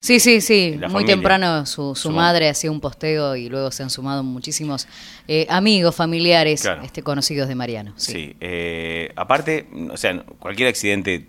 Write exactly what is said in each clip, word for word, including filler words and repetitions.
Sí, sí, sí, muy familia. temprano su, su, su madre hacía un posteo y luego se han sumado muchísimos eh, amigos, familiares, claro. este, conocidos de Mariano. Sí, sí eh, aparte, o sea, cualquier accidente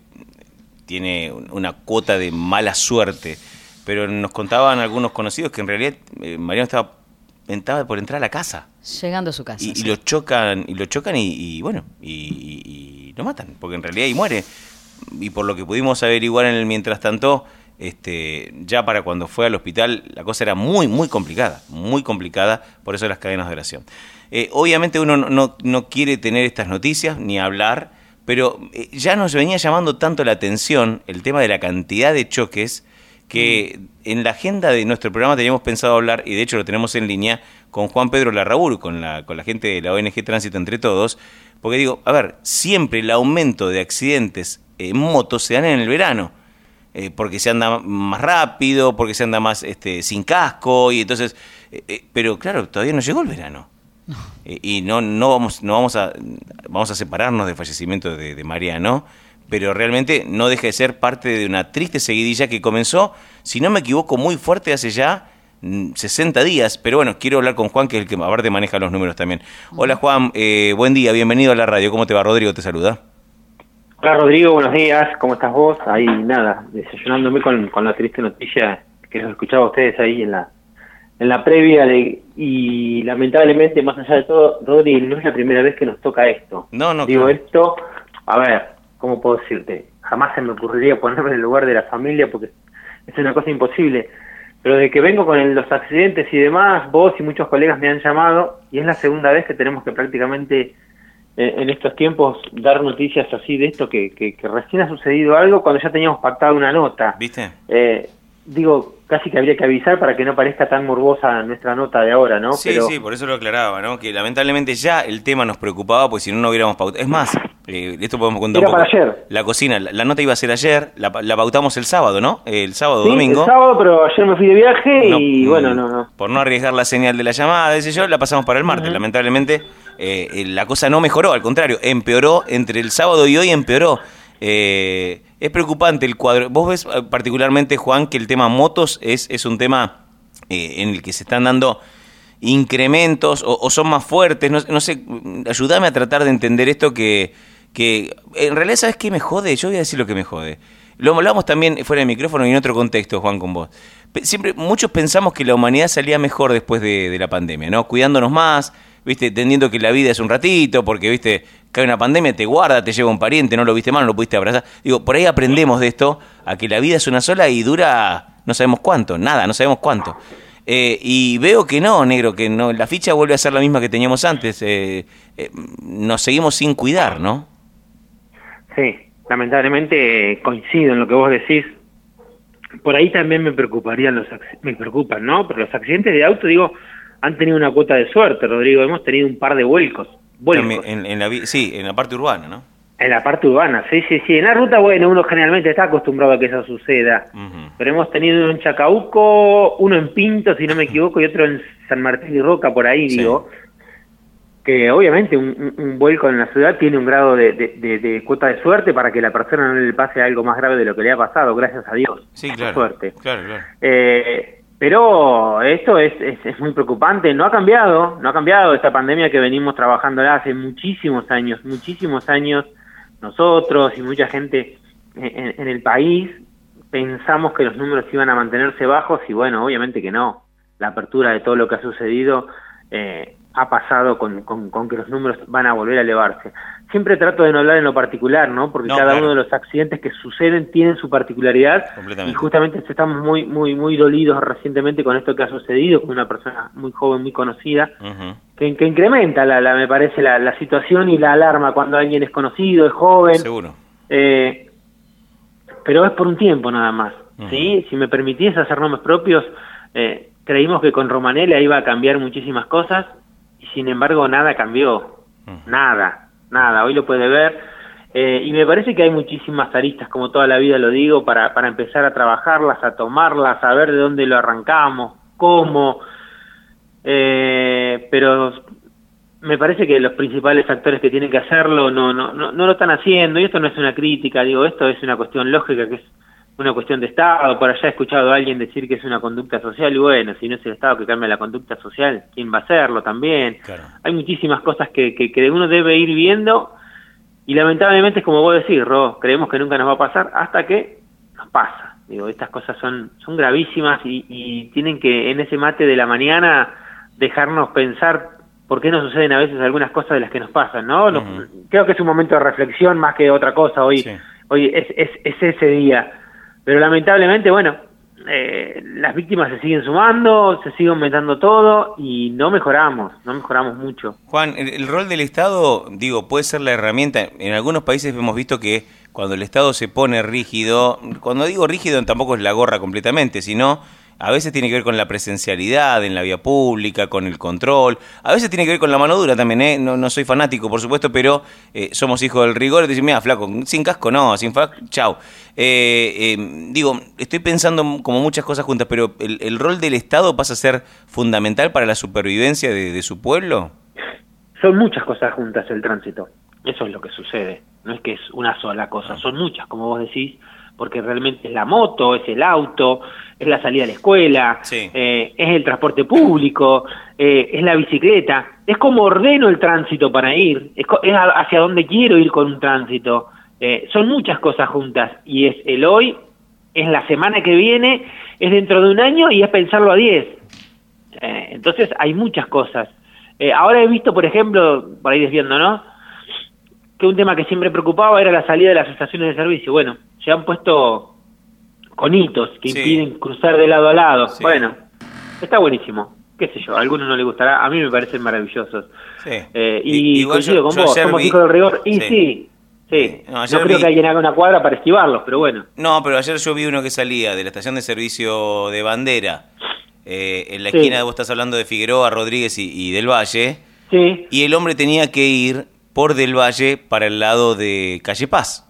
tiene una cuota de mala suerte, pero nos contaban algunos conocidos que en realidad eh, Mariano estaba, estaba por entrar a la casa. Llegando a su casa. Y, sí. y lo chocan, y lo chocan y, y bueno, y, y, y lo matan, porque en realidad y muere. Y por lo que pudimos averiguar en el mientras tanto, este, ya para cuando fue al hospital la cosa era muy, muy complicada, muy complicada, por eso las cadenas de oración. Eh, obviamente uno no, no, no quiere tener estas noticias, ni hablar, pero eh, ya nos venía llamando tanto la atención el tema de la cantidad de choques, que mm. en la agenda de nuestro programa teníamos pensado hablar, y de hecho lo tenemos en línea, con Juan Pedro Larraúl, con la, con la gente de la O N G Tránsito Entre Todos, porque digo, a ver, siempre el aumento de accidentes en moto se dan en el verano, eh, porque se anda más rápido, porque se anda más este, sin casco, y entonces, eh, eh, pero claro, todavía no llegó el verano. No. Eh, y no no vamos no vamos a vamos a separarnos del fallecimiento de, de Mariano, pero realmente no deja de ser parte de una triste seguidilla que comenzó, si no me equivoco, muy fuerte hace ya sesenta días, pero bueno, quiero hablar con Juan, que es el que aparte maneja los números también. Hola Juan, eh, buen día, bienvenido a la radio. ¿Cómo te va? Rodrigo te saluda. Hola Rodrigo, buenos días, ¿cómo estás vos? Ahí nada, desayunándome con, con la triste noticia que los escuchaba a ustedes ahí en la en la previa de, y lamentablemente, más allá de todo, Rodri, no es la primera vez que nos toca esto. No, no. Digo, claro. esto, a ver, ¿cómo puedo decirte? Jamás se me ocurriría ponerme en el lugar de la familia porque es una cosa imposible. Pero de que vengo con el, los accidentes y demás, vos y muchos colegas me han llamado, y es la segunda vez que tenemos que prácticamente eh, en estos tiempos dar noticias así de esto, que, que, que recién ha sucedido algo cuando ya teníamos pactado una nota. ¿Viste? Eh, digo, casi que habría que avisar para que no parezca tan morbosa nuestra nota de ahora, ¿no? Sí, Pero... sí, por eso lo aclaraba, ¿no? Que lamentablemente ya el tema nos preocupaba, pues si no, no hubiéramos pautado. Es más, eh, esto podemos contar Era un poco. para ayer. La cocina, la, la nota iba a ser ayer, la, la pautamos el sábado, ¿no? El sábado, sí, domingo. el sábado, pero ayer me fui de viaje no, y bueno, no, no. Por no arriesgar la señal de la llamada, ese yo, la pasamos para el martes. Uh-huh. Lamentablemente, eh, la cosa no mejoró, al contrario, empeoró. Entre el sábado y hoy empeoró. Eh, es preocupante el cuadro. Vos ves particularmente, Juan, que el tema motos es, es un tema eh, en el que se están dando incrementos o, o son más fuertes. No, no sé, ayúdame a tratar de entender esto que, que en realidad, ¿sabes qué me jode? Yo voy a decir lo que me jode. Lo hablamos también fuera de micrófono y en otro contexto, Juan, con vos. Siempre, muchos pensamos que la humanidad salía mejor después de, de la pandemia, ¿no? Cuidándonos más, ¿viste? Entendiendo que la vida es un ratito, porque, ¿viste? Cae una pandemia, te guarda, te lleva un pariente, no lo viste mal, no lo pudiste abrazar. Digo, por ahí aprendemos de esto, a que la vida es una sola y dura no sabemos cuánto, nada, no sabemos cuánto. Eh, y veo que no, negro, que no, la ficha vuelve a ser la misma que teníamos antes. Eh, eh, nos seguimos sin cuidar, ¿no? Sí, lamentablemente coincido en lo que vos decís. Por ahí también me preocuparían los me preocupan, ¿no? Pero los accidentes de auto, digo, han tenido una cuota de suerte, Rodrigo. Hemos tenido un par de vuelcos. vuelcos. En, en la, sí, en la parte urbana, ¿no? En la parte urbana, sí, sí, sí. En la ruta, bueno, uno generalmente está acostumbrado a que eso suceda. Uh-huh. Pero hemos tenido uno en Chacabuco, uno en Pinto, si no me equivoco, y otro en San Martín y Roca, por ahí, sí. digo. Que obviamente un, un vuelco en la ciudad tiene un grado de, de, de, de cuota de suerte para que la persona no le pase algo más grave de lo que le ha pasado, gracias a Dios. Sí, claro. Suerte. Claro, claro. Eh, pero esto es, es, es muy preocupante. No ha cambiado, no ha cambiado esta pandemia que venimos trabajando hace muchísimos años, muchísimos años. Nosotros y mucha gente en, en el país pensamos que los números iban a mantenerse bajos y bueno, obviamente que no. La apertura de todo lo que ha sucedido eh, ha pasado con, con, con que los números van a volver a elevarse. Siempre trato de no hablar en lo particular, ¿no? Porque no, cada claro. uno de los accidentes que suceden tienen su particularidad y justamente estamos muy muy muy dolidos recientemente con esto que ha sucedido con una persona muy joven, muy conocida, uh-huh. que, que incrementa, la, la me parece, la, la situación y la alarma cuando alguien es conocido, es joven. Seguro. Eh, pero es por un tiempo nada más, uh-huh. ¿sí? Si me permitís hacer nombres propios, eh, creímos que con Romanella iba a cambiar muchísimas cosas y sin embargo nada cambió, uh-huh. nada. Nada, hoy lo puede ver, eh, y me parece que hay muchísimas aristas, como toda la vida lo digo, para, para empezar a trabajarlas, a tomarlas, a ver de dónde lo arrancamos, cómo, eh, pero me parece que los principales actores que tienen que hacerlo no, no, no, no lo están haciendo, y esto no es una crítica, digo, esto es una cuestión lógica, que es una cuestión de Estado. Por allá he escuchado a alguien decir que es una conducta social, y bueno, si no es el Estado que cambia la conducta social, ¿quién va a hacerlo también? Claro. Hay muchísimas cosas que, que, que uno debe ir viendo, y lamentablemente es como vos decís, Ro, creemos que nunca nos va a pasar hasta que nos pasa. Digo, estas cosas son, son gravísimas y, y tienen que, en ese mate de la mañana, dejarnos pensar por qué nos suceden a veces algunas cosas de las que nos pasan, ¿no? Uh-huh. Nos, creo que es un momento de reflexión más que otra cosa hoy. Sí. Hoy es, es, es ese día. Pero lamentablemente, bueno, eh, las víctimas se siguen sumando, se sigue aumentando todo y no mejoramos, no mejoramos mucho. Juan, el, el rol del Estado, digo, puede ser la herramienta. En algunos países hemos visto que cuando el Estado se pone rígido, cuando digo rígido tampoco es la gorra completamente, sino a veces tiene que ver con la presencialidad en la vía pública, con el control. A veces tiene que ver con la mano dura también, ¿eh? No, no soy fanático, por supuesto, pero eh, somos hijos del rigor. Y te dicen, mira, flaco, sin casco no, sin flaco, chau. Eh, eh, digo, estoy pensando como muchas cosas juntas, pero ¿el, el rol del Estado pasa a ser fundamental para la supervivencia de, de su pueblo? Son muchas cosas juntas el tránsito. Eso es lo que sucede. No es que es una sola cosa, son muchas, como vos decís, porque realmente es la moto, es el auto, es la salida a la escuela, sí. eh, es el transporte público, eh, es la bicicleta, es como ordeno el tránsito para ir, es, es hacia dónde quiero ir con un tránsito, eh, son muchas cosas juntas, y es el hoy, es la semana que viene, es dentro de un año y es pensarlo a diez. Eh, entonces hay muchas cosas. Eh, ahora he visto, por ejemplo, por ahí desviando, ¿no?, que un tema que siempre preocupaba era la salida de las estaciones de servicio. Bueno, se han puesto conitos que sí. impiden cruzar de lado a lado. Sí. Bueno, está buenísimo. Qué sé yo, a algunos no les gustará, a mí me parecen maravillosos. Sí. Eh, y, y coincido yo, con yo vos, somos vi... hijos del rigor. Y sí, sí, sí. No, no creo vi... que alguien haga una cuadra para esquivarlos, pero bueno. No, pero ayer yo vi uno que salía de la estación de servicio de Bandera, eh, en la sí. esquina, vos estás hablando de Figueroa, Rodríguez y, y del Valle, sí. y el hombre tenía que ir por Del Valle para el lado de Calle Paz.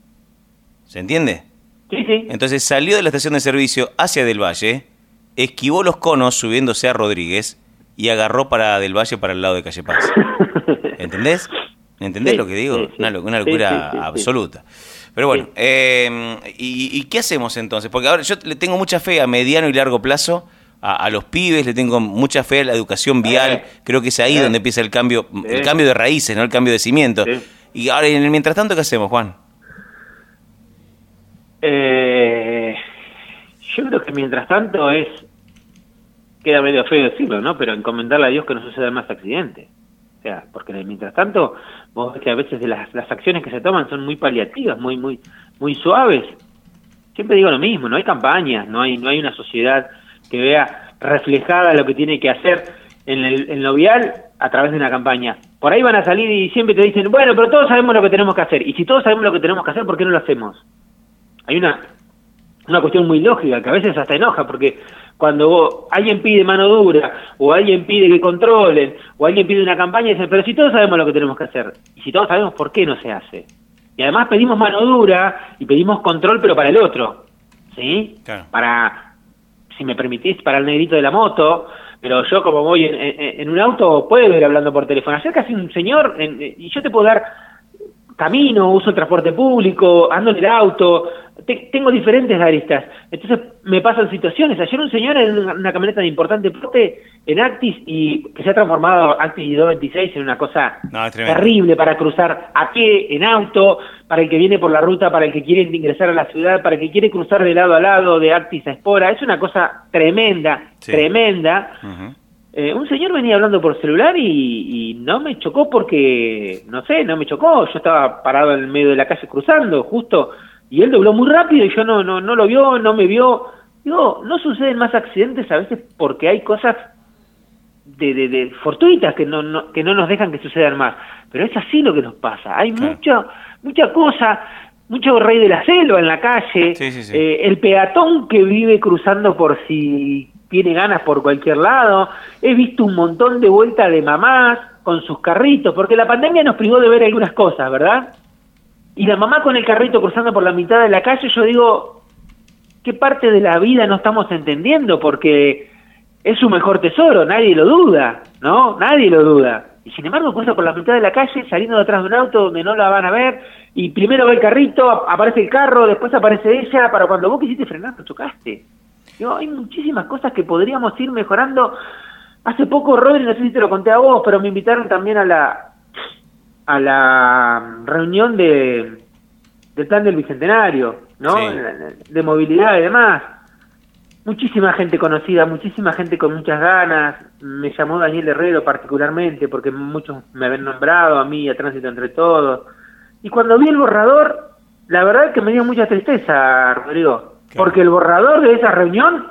¿Se entiende? Sí, sí. Entonces salió de la estación de servicio hacia Del Valle, esquivó los conos subiéndose a Rodríguez y agarró para Del Valle para el lado de Calle Paz. ¿Entendés? ¿Entendés sí, lo que digo? Sí, sí. Una, una locura sí, sí, sí, absoluta. Pero bueno, sí. eh, ¿y, ¿y qué hacemos entonces? Porque ahora yo le tengo mucha fe a mediano y largo plazo A, a los pibes, le tengo mucha fe a la educación vial, eh, creo que es ahí eh, donde empieza el cambio, eh, el cambio de raíces, no el cambio de cimientos. Eh. Y ahora, en el mientras tanto, ¿qué hacemos, Juan? Eh, yo creo que mientras tanto es, queda medio feo decirlo, ¿no? Pero encomendarle a Dios que no sucedan más accidentes. O sea, porque mientras tanto, vos ves que a veces de las, las acciones que se toman son muy paliativas, muy, muy, muy suaves. Siempre digo lo mismo, no hay campañas, no hay, no hay una sociedad que vea reflejada lo que tiene que hacer en, el, en lo vial a través de una campaña. Por ahí van a salir y siempre te dicen, bueno, pero todos sabemos lo que tenemos que hacer. Y si todos sabemos lo que tenemos que hacer, ¿por qué no lo hacemos? Hay una, una cuestión muy lógica que a veces hasta enoja, porque cuando vos, alguien pide mano dura, o alguien pide que controlen, o alguien pide una campaña, dicen, pero si todos sabemos lo que tenemos que hacer. Y si todos sabemos, ¿por qué no se hace? Y además pedimos mano dura y pedimos control, pero para el otro. ¿Sí? Claro. Para... si me permitís, para el negrito de la moto, pero yo como voy en, en, en un auto, puedo ir hablando por teléfono. Acércase un señor en, y yo te puedo dar camino, uso el transporte público, ando en el auto, te, tengo diferentes aristas. Entonces me pasan situaciones. Ayer un señor en una, una camioneta de importante porte en Actis, y que se ha transformado Actis y doscientos veintiséis en una cosa no, terrible para cruzar a pie, en auto, para el que viene por la ruta, para el que quiere ingresar a la ciudad, para el que quiere cruzar de lado a lado, de Actis a Espora. Es una cosa tremenda, sí. tremenda. Uh-huh. Eh, un señor venía hablando por celular y, y no me chocó porque, no sé, no me chocó. Yo estaba parado en el medio de la calle cruzando, justo, y él dobló muy rápido y yo no, no, no lo vio, no me vio. Digo, no suceden más accidentes a veces porque hay cosas de, de, de fortuitas que no, no, que no nos dejan que sucedan más. Pero es así lo que nos pasa. Hay claro. mucha, mucha cosa, mucho rey de la selva en la calle, sí, sí, sí. Eh, el peatón que vive cruzando por si tiene ganas por cualquier lado. He visto un montón de vueltas de mamás con sus carritos, porque la pandemia nos privó de ver algunas cosas, ¿verdad? Y la mamá con el carrito cruzando por la mitad de la calle, yo digo, ¿qué parte de la vida no estamos entendiendo? Porque es su mejor tesoro, nadie lo duda, ¿no? Nadie lo duda. Y sin embargo cruza por la mitad de la calle saliendo detrás de un auto donde no la van a ver, y primero va el carrito, aparece el carro, después aparece ella, para cuando vos quisiste frenar, lo chocaste. Digo, hay muchísimas cosas que podríamos ir mejorando. Hace poco, Rodri, no sé si te lo conté a vos, pero me invitaron también a la a la reunión de del plan del Bicentenario, ¿no? Sí. De movilidad y demás. Muchísima gente conocida, muchísima gente con muchas ganas. Me llamó Daniel Herrero particularmente, porque muchos me habían nombrado a mí, a Tránsito Entre Todos. Y cuando vi el borrador, la verdad es que me dio mucha tristeza, Rodrigo, claro. Porque el borrador de esa reunión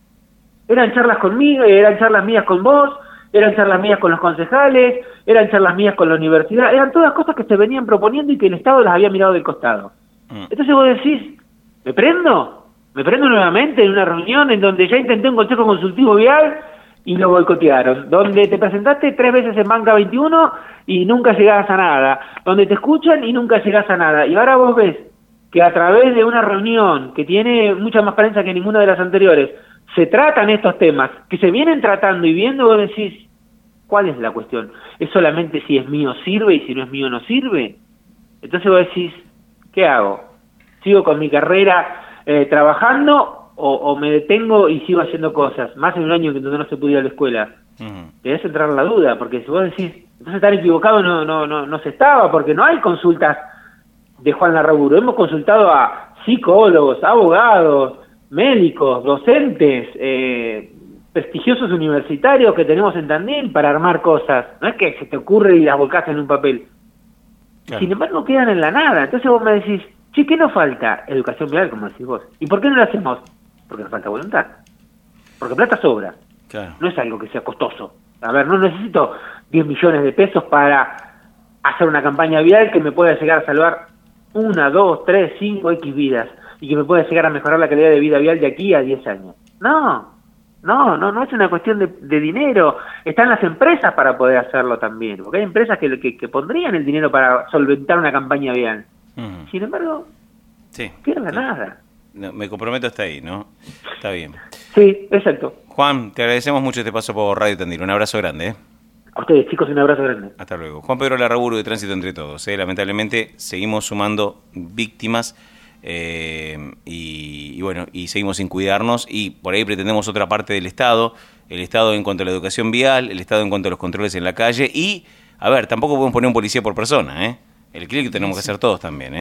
eran charlas conmigo, eran charlas mías con vos, eran charlas mías con los concejales, eran charlas mías con la universidad, eran todas cosas que se venían proponiendo y que el Estado las había mirado del costado. Mm. Entonces vos decís, ¿me prendo? Me prendo nuevamente en una reunión en donde ya intenté un consejo consultivo vial y lo boicotearon, donde te presentaste tres veces en Banca veintiuno y nunca llegabas a nada, donde te escuchan y nunca llegás a nada, y ahora vos ves que a través de una reunión que tiene mucha más prensa que ninguna de las anteriores, se tratan estos temas, que se vienen tratando y viendo, vos decís, ¿cuál es la cuestión? ¿Es solamente si es mío sirve y si no es mío no sirve? Entonces vos decís, ¿qué hago? ¿Sigo con mi carrera Eh, trabajando o, o me detengo y sigo haciendo cosas? Más en un año que no se puede ir a la escuela. Uh-huh. Te debes entrar la duda, porque si vos decís, entonces estar equivocado no, no, no, no se estaba, porque no hay consultas de Juan Larraburu. Hemos consultado a psicólogos, abogados, médicos, docentes, eh, prestigiosos universitarios que tenemos en Tandil para armar cosas. No es que se te ocurre y las volcás en un papel. Claro. Sin embargo, quedan en la nada. Entonces vos me decís, sí, ¿qué nos falta? Educación vial, como decís vos. ¿Y por qué no lo hacemos? Porque nos falta voluntad. Porque plata sobra. Claro. No es algo que sea costoso. A ver, no necesito diez millones de pesos para hacer una campaña vial que me pueda llegar a salvar una, dos, tres, cinco, X vidas. Y que me pueda llegar a mejorar la calidad de vida vial de aquí a diez años. No, no, no, no es una cuestión de, de dinero. Están las empresas para poder hacerlo también. Porque hay empresas que, que, que pondrían el dinero para solventar una campaña vial. Uh-huh. Sin embargo, sí, queda la sí. nada. No, me comprometo hasta ahí, ¿no? Está bien. Sí, exacto. Juan, te agradecemos mucho este paso por Radio Tandil. Un abrazo grande, ¿eh? A ustedes, chicos, un abrazo grande. Hasta luego. Juan Pedro Larraburu de Tránsito Entre Todos. ¿eh? Lamentablemente seguimos sumando víctimas eh, y, y bueno, y seguimos sin cuidarnos, y por ahí pretendemos otra parte del Estado, el Estado en cuanto a la educación vial, el Estado en cuanto a los controles en la calle, y, a ver, tampoco podemos poner un policía por persona, ¿eh? El clic tenemos que hacer todos también, ¿eh?